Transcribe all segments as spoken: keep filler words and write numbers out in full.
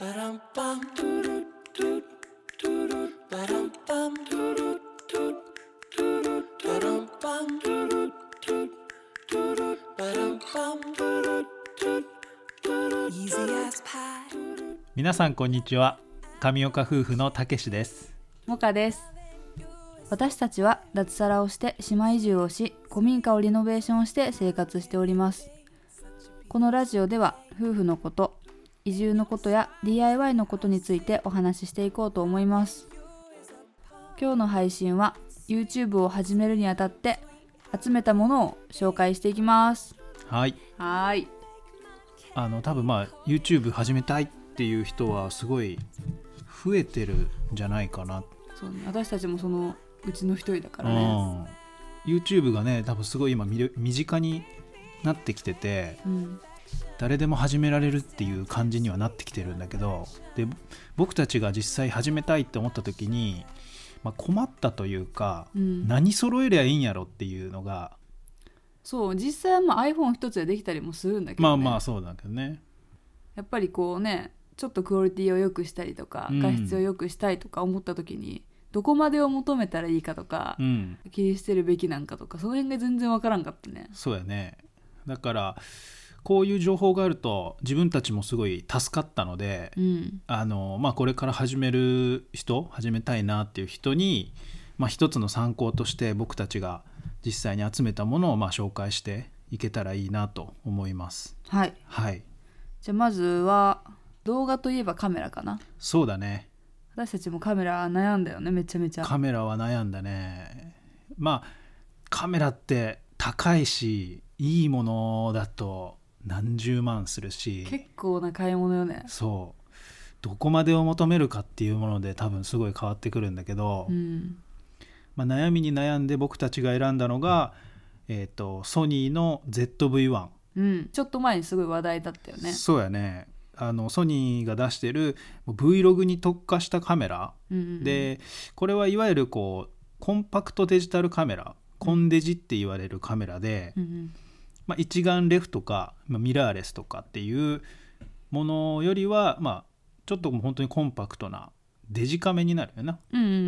皆さんこんにちは。上岡夫婦のたけしです。 もかです。私たちは脱サラをして島移住をし、古民家をリノベーションして生活しております。このラジオでは夫婦のこと、移住のことや ディーアイワイ のことについてお話ししていこうと思います。今日の配信は YouTube を始めるにあたって集めたものを紹介していきます。 はいはい。 あの多分まあ YouTube 始めたいっていう人はすごい増えてるんじゃないかな。 そうね、私たちもそのうちの一人だからね、 うん、YouTube がね多分すごい今身近になってきてて、うん、誰でも始められるっていう感じにはなってきてるんだけど、で僕たちが実際始めたいって思った時に、まあ、困ったというか、うん、何揃えりゃいいんやろっていうのが、 そう実際はまあ iPhone 一つでできたりもするんだけどね。 まあまあそうだけどね。 やっぱりこうねちょっとクオリティを良くしたりとか、うん、画質を良くしたいとか思った時にどこまでを求めたらいいかとか、うん、切り捨てるべきなんかとかその辺が全然わからんかったね。 そうやね。だからこういう情報があると自分たちもすごい助かったので、うん、あのまあ、これから始める人始めたいなっていう人に、まあ、一つの参考として僕たちが実際に集めたものをまあ紹介していけたらいいなと思います。 はい、 はい、 じゃあまずは動画といえばカメラかな。 そうだね。 私たちもカメラ悩んだよね。めちゃめちゃカメラは悩んだね。まあカメラって高いしいいものだと何十万するし結構な買い物よね。 そうどこまでを求めるかっていうもので多分すごい変わってくるんだけど、うんまあ、悩みに悩んで僕たちが選んだのが、えーと、ソニーの ゼットブイワン、 うん、ちょっと前にすごい話題だったよね。 そうやね。あのソニーが出してる Vlog に特化したカメラ、うんうんうん、でこれはいわゆるこうコンパクトデジタルカメラ、コンデジって言われるカメラで、うんうんまあ、一眼レフとか、まあ、ミラーレスとかっていうものよりは、まあ、ちょっともう本当にコンパクトなデジカメになるよな、うんうんうん、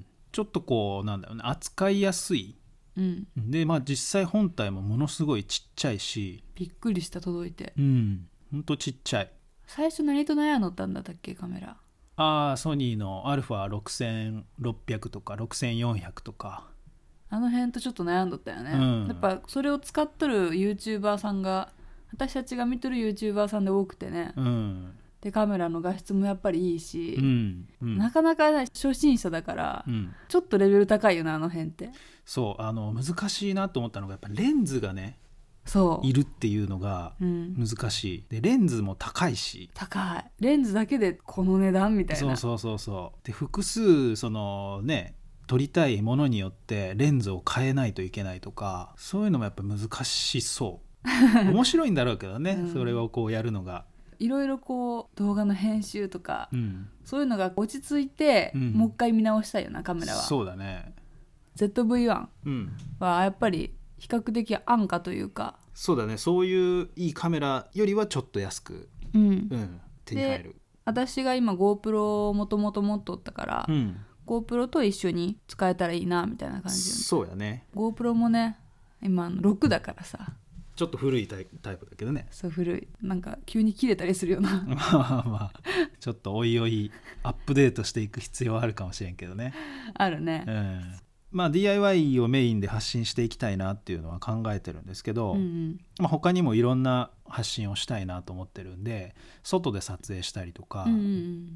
ちょっとこうなんだろうね扱いやすい、うん、で、まあ、実際本体もものすごいちっちゃいしびっくりした届いて、 うん、ほんとちっちゃい。 最初何と悩んだったんだったっけカメラ。 ああソニーの アルファろくせんろっぴゃく とかろくせんよんひゃくとかあの辺とちょっと悩んどったよね、うん、やっぱそれを使っとる YouTuber さんが私たちが見とる YouTuber さんで多くてね、うん、でカメラの画質もやっぱりいいし、うんうん、なかなか初心者だから、うん、ちょっとレベル高いよなあの辺って。 そうあの難しいなと思ったのがやっぱレンズがねそういるっていうのが難しい、うん、でレンズも高いし高いレンズだけでこの値段みたいな。 そうそうそうそうで複数そのね撮りたいものによってレンズを変えないといけないとかそういうのもやっぱ難しそう面白いんだろうけどね、うん、それをこうやるのがいろいろこう動画の編集とか、うん、そういうのが落ち着いて、うん、もう一回見直したいよなカメラは。 そうだね。 ゼットブイワン はやっぱり比較的安価というか、 そうだねそういういいカメラよりはちょっと安く、うんうん、手に入る。 私が今 GoPro をもともと持っとったから、うん、GoPro と一緒に使えたらいいなみたいな感じ。 そうやね。 GoPro もね今ろくだからさちょっと古いタイプだけどね。 そう古いなんか急に切れたりするよなまあまあちょっとおいおいアップデートしていく必要はあるかもしれんけどね。 あるね、 うんまあ、ディーアイワイ をメインで発信していきたいなっていうのは考えてるんですけど、うんうんまあ、他にもいろんな発信をしたいなと思ってるんで外で撮影したりとか、うんうん、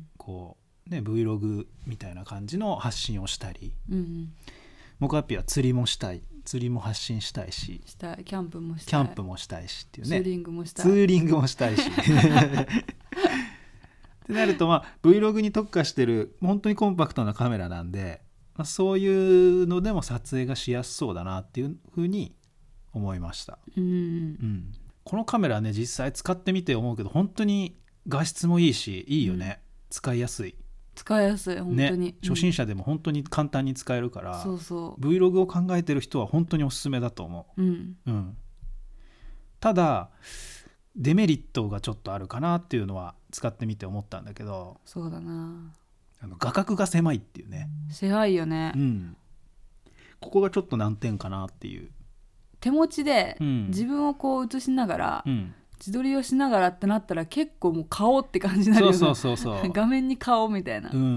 こうね Vlog みたいな感じの発信をしたり、うんうん、モカピは釣りもしたい釣りも発信したいししたいキャンプもしたいキャンプもしたいしっていうねツーリングもしたいツーリングもしたいしってなると、まあ、Vlog に特化してる本当にコンパクトなカメラなんでまあ、そういうのでも撮影がしやすそうだなっていうふうに思いました、うんうん、このカメラね実際使ってみて思うけど本当に画質もいいしいいよね、うん、使いやすい使いやすい本当に、 ね、初心者でも本当に簡単に使えるから、 うん、そうそう Vlog を考えてる人は本当におすすめだと思う、うんうん、ただデメリットがちょっとあるかなっていうのは使ってみて思ったんだけど、 そうだな、 あの画角が狭いっていうね。 狭いよね、 うん、ここがちょっと難点かなっていう。 手持ちでうん自分をこう映しながら、 うん、 自撮りをしながらってなったら結構もう顔って感じになるよね。 そうそうそうそう画面に顔みたいな、 うん、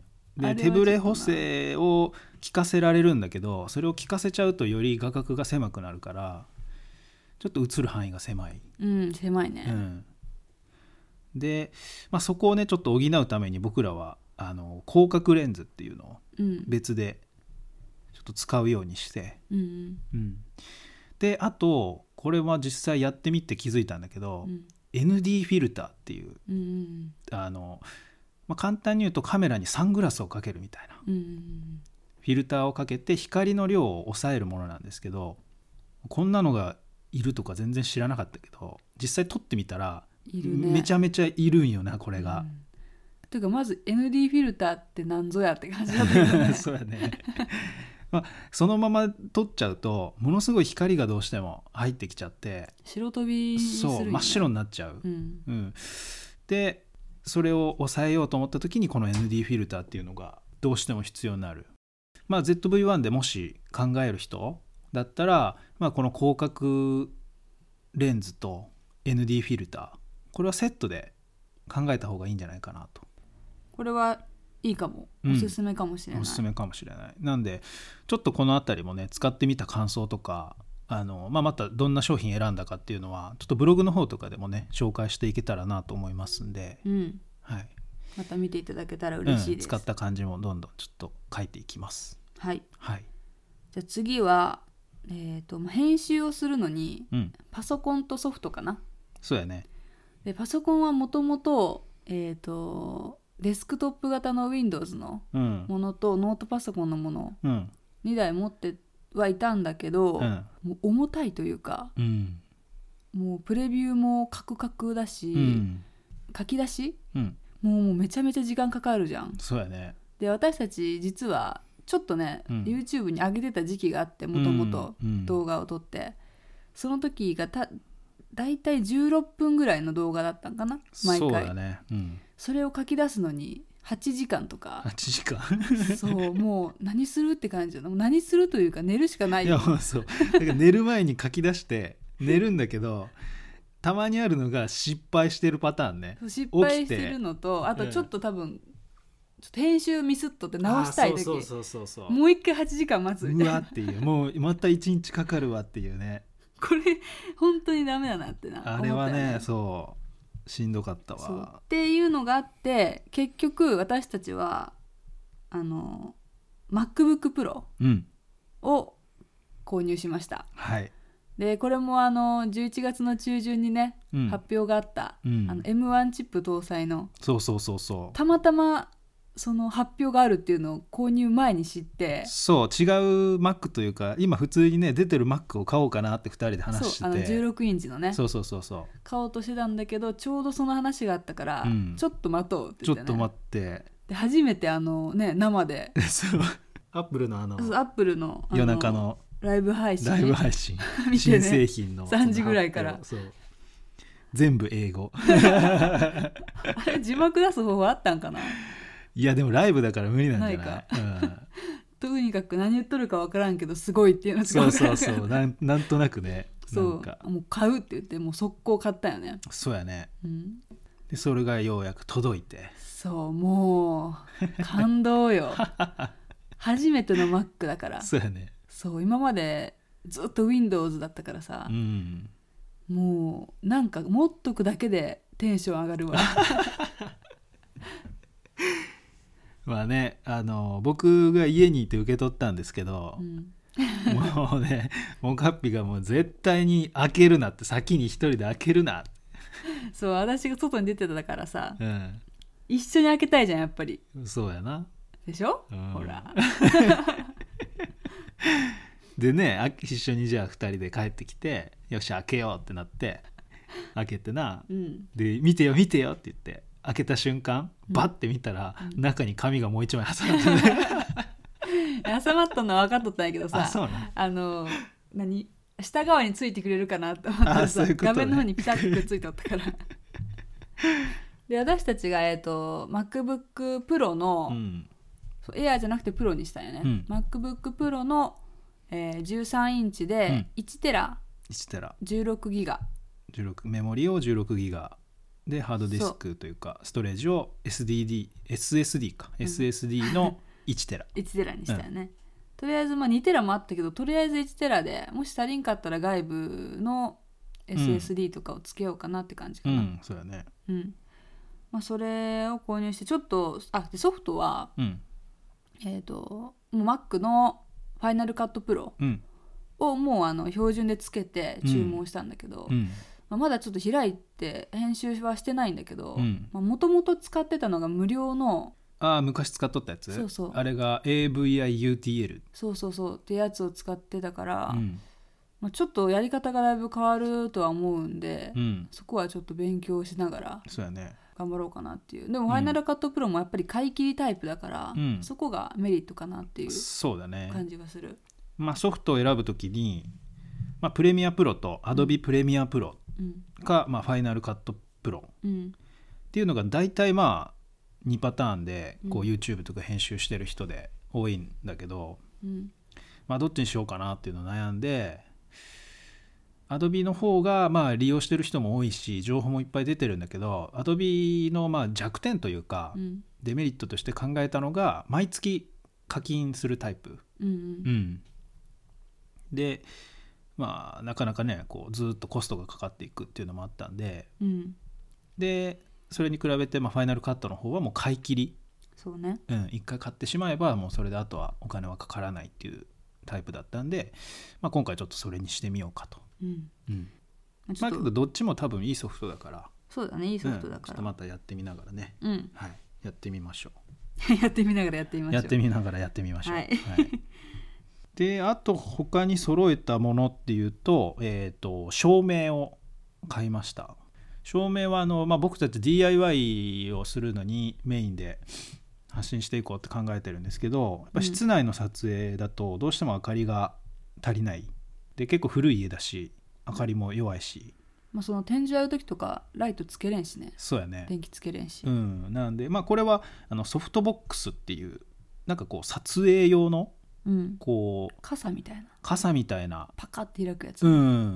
であれはちょっとな手ブレ補正を効かせられるんだけど、それを効かせちゃうとより画角が狭くなるからちょっと映る範囲が狭い、 うん狭いね、 うん、で、まあ、そこをねちょっと補うために僕らはあの広角レンズっていうのをうん別でちょっと使うようにして、 うんうんうん、であとこれは実際やってみて気づいたんだけど、 うんエヌディー フィルターっていううんうんあの、まあ、簡単に言うとカメラにサングラスをかけるみたいなうんうんフィルターをかけて光の量を抑えるものなんですけど、こんなのがいるとか全然知らなかったけど実際撮ってみたらいるね、 めちゃめちゃいるんよなこれが、 うん、というかまず エヌディー フィルターって何ぞやって感じだったよねそうやね、まあ、そのまま撮っちゃうとものすごい光がどうしても入ってきちゃって白飛びするよね、 そう真っ白になっちゃう、 うんうん、でそれを抑えようと思った時にこの エヌディー フィルターっていうのがどうしても必要になる。まあ、ゼットブイワン でもし考える人だったら、まあ、この広角レンズと エヌディー フィルターこれはセットで考えた方がいいんじゃないかなと。 これはいいかも、おすすめかもしれない、 うん、おすすめかもしれない。なんでちょっとこのあたりもね使ってみた感想とかあの、まあ、またどんな商品選んだかっていうのはちょっとブログの方とかでもね紹介していけたらなと思いますんで、 うんはい、 また見ていただけたら嬉しいです、 うん、使った感じもどんどんちょっと書いていきます。 はい、 はい、 じゃあ次は、えーと、編集をするのに、 うん、 パソコンとソフトかな。 そうやね。 でパソコンはもともとえーとデスクトップ型の Windows のうんものとノートパソコンのものうんにだい持ってはいたんだけど、 うんもう重たいというか、 うんもうプレビューもカクカクだし、 うん書き出しうんもうもうめちゃめちゃ時間かかるじゃん。 そうやね。 で私たち実はちょっとね、 うん YouTube に上げてた時期があって、もともとうん動画を撮って、その時がただいたいじゅうろっぷんぐらいの動画だったんかな毎回。 そうだね、うん、 それを書き出すのにはちじかんとかはちじかんそうもう何するって感じだ。もう何するというか寝るしかないいやもうそうだから寝る前に書き出して寝るんだけどたまにあるのが失敗してるパターンね。 失敗してるのと、あとちょっと多分、ちょっと編集ミスっとって直したい時そうそうそうそうそうもう一回はちじかん待つみたいうな。 わっていうもうまたいちにちかかるわっていうね。 これ本当にダメだなってなあれはね思ったよそうしんどかったそうわ。 っていうのがあって、結局私たちはあの MacBook Pro うんを購入しました。 はい、 でこれもあのじゅういちがつの中旬にね、 うん、 発表があった、 うん、 あの エムワン チップ搭載のそうそうそうそうたまたまその発表があるっていうのを購入前に知って、 そう違う Mac というか今普通にね出てる Mac を買おうかなってふたりで話してて、 そうあのじゅうろくインチのねそうそうそうそう買おうとしてたんだけど、ちょうどその話があったから、 うん、 ちょっと待とうって言って、ね、 ちょっと待ってで初めてあのね生でそうアップルのあのアップルのあの夜中のライブ配信ライブ配信見てね新製品のさんじぐらいからそう全部英語あれ字幕出す方法あったんかな。 いやでもライブだから無理なんじゃない？ ないかうん、 とにかく何言っとるか分からんけどすごいっていうのがそうそう分かるからそうなんなんとなくねそうなんかもう買うって言ってもう速攻買ったよね、 そうやね。 うん、 でそれがようやく届いてそうもう感動よ初めての Mac だからそうやね。 そう今までずっと Windows だったからさう、んもうなんか持っとくだけでテンション上がるわまあねあの僕が家にいて受け取ったんですけど、 うん、 もうねモカッピがもう絶対に開けるなって先に一人で開けるなって、 そう私が外に出てたからさ、 うん、 一緒に開けたいじゃんやっぱり。 そうやな。 でしょ、 うん、 ほらでねあ一緒にじゃあふたりで帰ってきてよし開けようってなって開けてな、 うん、 で見てよ見てよって言って開けた瞬間バッて見たら、 うん、 中に紙がもう一枚挟まってね挟まったのは分かっとったんやけどさ、 あ, そう、ね、 あの何下側についてくれるかなと思ったらさ、 ね、 画面の方にピタッとくっついておったからで私たちが、えー、と MacBook Pro の、うん、そうエアーじゃなくてプロにしたんよね、うん、MacBook Pro の、えー、じゅうさんインチでいちテラ、 うん、いちテラじゅうろくギガじゅうろくメモリをじゅうろくギガでハードディスクというかストレージを エスディーディー エスエスディー か、うん、エスエスディー のいちテラいちテラにしたよね、うん、とりあえずまあにテラもあったけどとりあえずいちテラでもし足りんかったら外部の エスエスディー とかをつけようかなって感じかな、 うんうん、そうだね、 うんまあ、それを購入してちょっとあでソフトは、うん、えっ、ー、ともう Mac の Final Cut Pro をもうあの標準でつけて注文したんだけど、うんうんまあ、まだちょっと開いて編集はしてないんだけどもともと使ってたのが無料のあ昔使っとったやつそうそうあれが エーブイアイユーティーエルそうそうそうってやつを使ってたから、うんまあ、ちょっとやり方がだいぶ変わるとは思うんで、うん、そこはちょっと勉強しながらそうやね頑張ろうかなっていう。でもファイナルカットプロもやっぱり買い切りタイプだから、うん、そこがメリットかなっていう感じがする。 まあ、ソフトを選ぶときに、まあ、プレミアプロとアドビプレミアプロか、うんまあ、ファイナルカットプロっていうのが大体まあにパターンでこう YouTube とか編集してる人で多いんだけど、うんまあ、どっちにしようかなっていうのを悩んでAdobe の方がまあ利用してる人も多いし情報もいっぱい出てるんだけど Adobe のまあ弱点というか、うん、デメリットとして考えたのが毎月課金するタイプ、うんうんうん、でまあなかなかねこうずっとコストがかかっていくっていうのもあったんで、うん、でそれに比べてまあファイナルカットの方はもう買い切りそうね、 うん、一回買ってしまえばもうそれであとはお金はかからないっていうタイプだったんで、まあ、今回ちょっとそれにしてみようかと。うんうんまあ、けどどっちも多分いいソフトだからそうだねいいソフトだから、うん、 ちょっとまたやってみながらね、うんはい、やってみましょうやってみながらやってみましょうやってみながらやってみましょう、はいはい、であと他に揃えたものっていうと、えーと照明を買いました。照明はあの、まあ、僕たち ディーアイワイ をするのにメインで発信していこうって考えてるんですけどやっぱ室内の撮影だとどうしても明かりが足りないで結構古い家だし明かりも弱いし、 まあ、その展示やる時とかライトつけれんしねそうやね電気つけれんし、 うん、なんで、まあ、これはあのソフトボックスっていうなんかこう撮影用の、うん、こう傘みたいな傘みたいなパカッて開くやつ、 うん、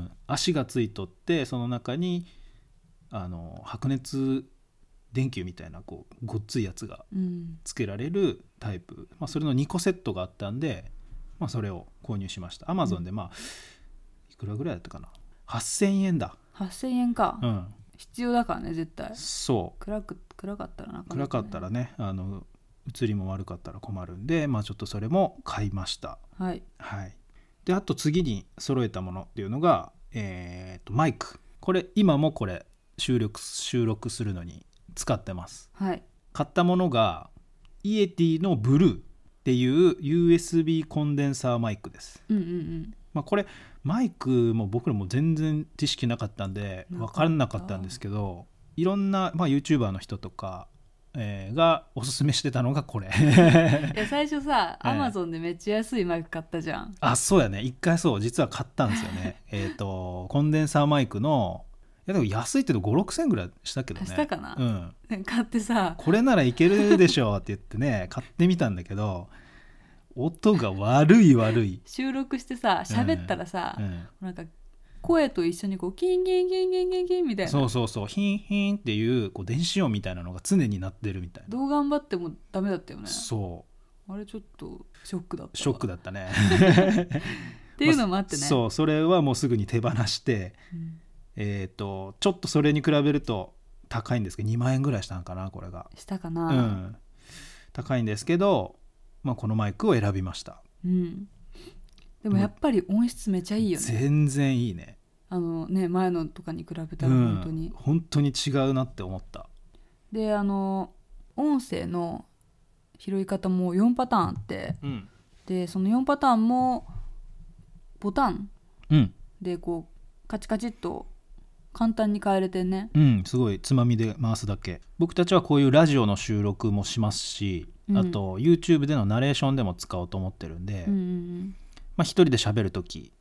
足がついとってその中にあの白熱電球みたいなこうごっついやつがつけられるタイプ、うんまあ、それのにこセットがあったんで、まあ、それを購入しました。 Amazon でまあ、うんいくらぐらいだったかなはっせんえんだはっせんえんか、うん、必要だからね絶対そう暗く暗かったらな、ね、 暗かったらねあの映りも悪かったら困るんで、まあ、ちょっとそれも買いましたはい、 はい、であと次に揃えたものっていうのが、えー、とマイクこれ今もこれ収録、収録するのに使ってます、 はい、 買ったものがイエティのブルーっていう ユーエスビー コンデンサーマイクです、 うんうんうんまあ、これマイクも僕らも全然知識なかったんで分からなかったんですけどいろんな、まあ、YouTuber の人とか、えー、がおすすめしてたのがこれいや最初さ、えー、Amazon でめっちゃ安いマイク買ったじゃん。 あそうやね一回そう実は買ったんですよねえっとコンデンサーマイクのいやでも安いって言うとごろくせんぐらいしたけどねしたかな、 うん、 買ってさこれならいけるでしょって言ってね買ってみたんだけど音が悪い悪い収録してさ喋ったらさ、うんうん、なんか声と一緒にこうキンキンキンキンキンキンみたいなそうそうそうヒンヒンっていう、こう電子音みたいなのが常に鳴ってるみたいなどう頑張ってもダメだったよね。 そうあれちょっとショックだったショックだったねっていうのもあってね、 まあ、そうそれはもうすぐに手放して、うんえー、とちょっとそれに比べると高いんですけどにまんえんぐらいしたのかなこれがしたかな、 うん、高いんですけど、まあ、このマイクを選びました、 うん、でもやっぱり音質めちゃいいよね。 全然いいねあのね前のとかに比べたら本当に、 うん、本当に違うなって思った。 であの音声の拾い方もよんパターンあって、うん、でそのよんパターンもボタンでこうカチカチっと簡単に変えれてね、 うん、すごいつまみで回すだけ。僕たちはこういうラジオの収録もしますし、うん、あと YouTube でのナレーションでも使おうと思ってるんで、うんうんうんまあ、一人で喋るとき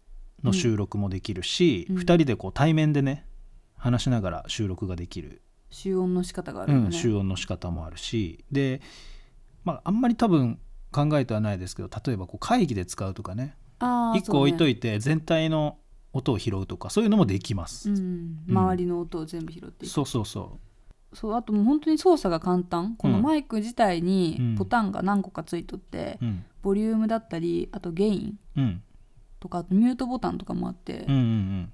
の収録もできるし、うん、ふたりでこう対面でね話しながら収録ができる集音の仕方があるよね、 うん、集音の仕方もあるしで、まあ、あんまり多分考えてはないですけど例えばこう会議で使うとかねいっこ置いといて全体の音を拾うとかそういうのもできます、 うん、周りの音を全部拾っていく、 うん、そうそうそうそうあともう本当に操作が簡単このマイク自体にボタンが何個かついとって、うん、ボリュームだったりあとゲインとか、うん、あとミュートボタンとかもあって、うんうんうん、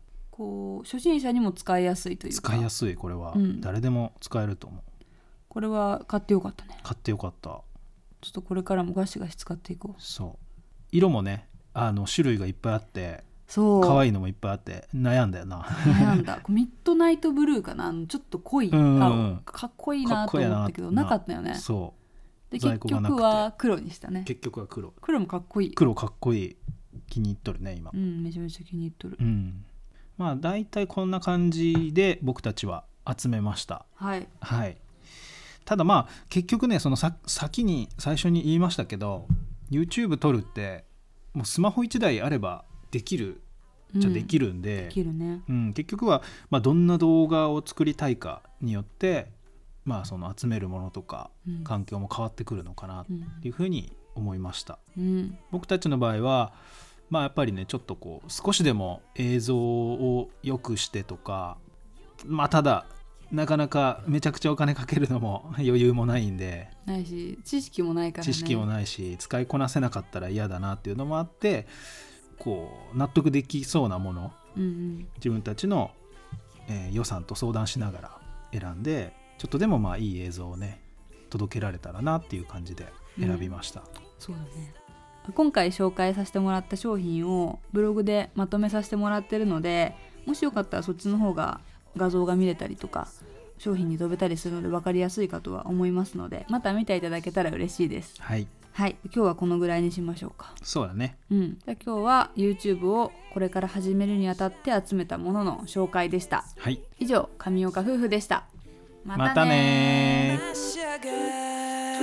こう初心者にも使いやすいというか使いやすいこれは、うん、誰でも使えると思うこれは買ってよかったね買ってよかったちょっとこれからもガシガシ使っていこうそう色もねあの種類がいっぱいあってそう可愛いのもいっぱいあって悩んだよな悩んだミッドナイトブルーかなちょっと濃い、うんうん、かっこいいなと思ったけど な, なかったよねそうで結局は黒にしたね結局は黒黒もかっこいい黒かっこいい気に入っとるね今うんめちゃめちゃ気に入っとる、 うん、まあだいたいこんな感じで僕たちは集めましたはい、 はい、ただまあ結局ねそのさ先に最初に言いましたけど YouTube 撮るってもうスマホいちだいあればできるじゃできるんで、うんできるねうん、結局は、まあ、どんな動画を作りたいかによって、まあ、その集めるものとか環境も変わってくるのかなっていうふうに思いました、うん、僕たちの場合は、まあ、やっぱりねちょっとこう少しでも映像を良くしてとか、まあ、ただなかなかめちゃくちゃお金かけるのも余裕もないんでないし知識もないからね知識もないし使いこなせなかったら嫌だなっていうのもあってこう納得できそうなもの、うんうん、自分たちの、えー、予算と相談しながら選んでちょっとでもまあいい映像をね届けられたらなっていう感じで選びました、うん、 そうだね今回紹介させてもらった商品をブログでまとめさせてもらってるのでもしよかったらそっちの方が画像が見れたりとか商品に飛べたりするので分かりやすいかとは思いますのでまた見ていただけたら嬉しいですはいはい、今日はこのぐらいにしましょうかそうだね、 うん、今日は YouTube をこれから始めるにあたって集めたものの紹介でした、 はい、 以上上岡夫婦でしたまたね、またね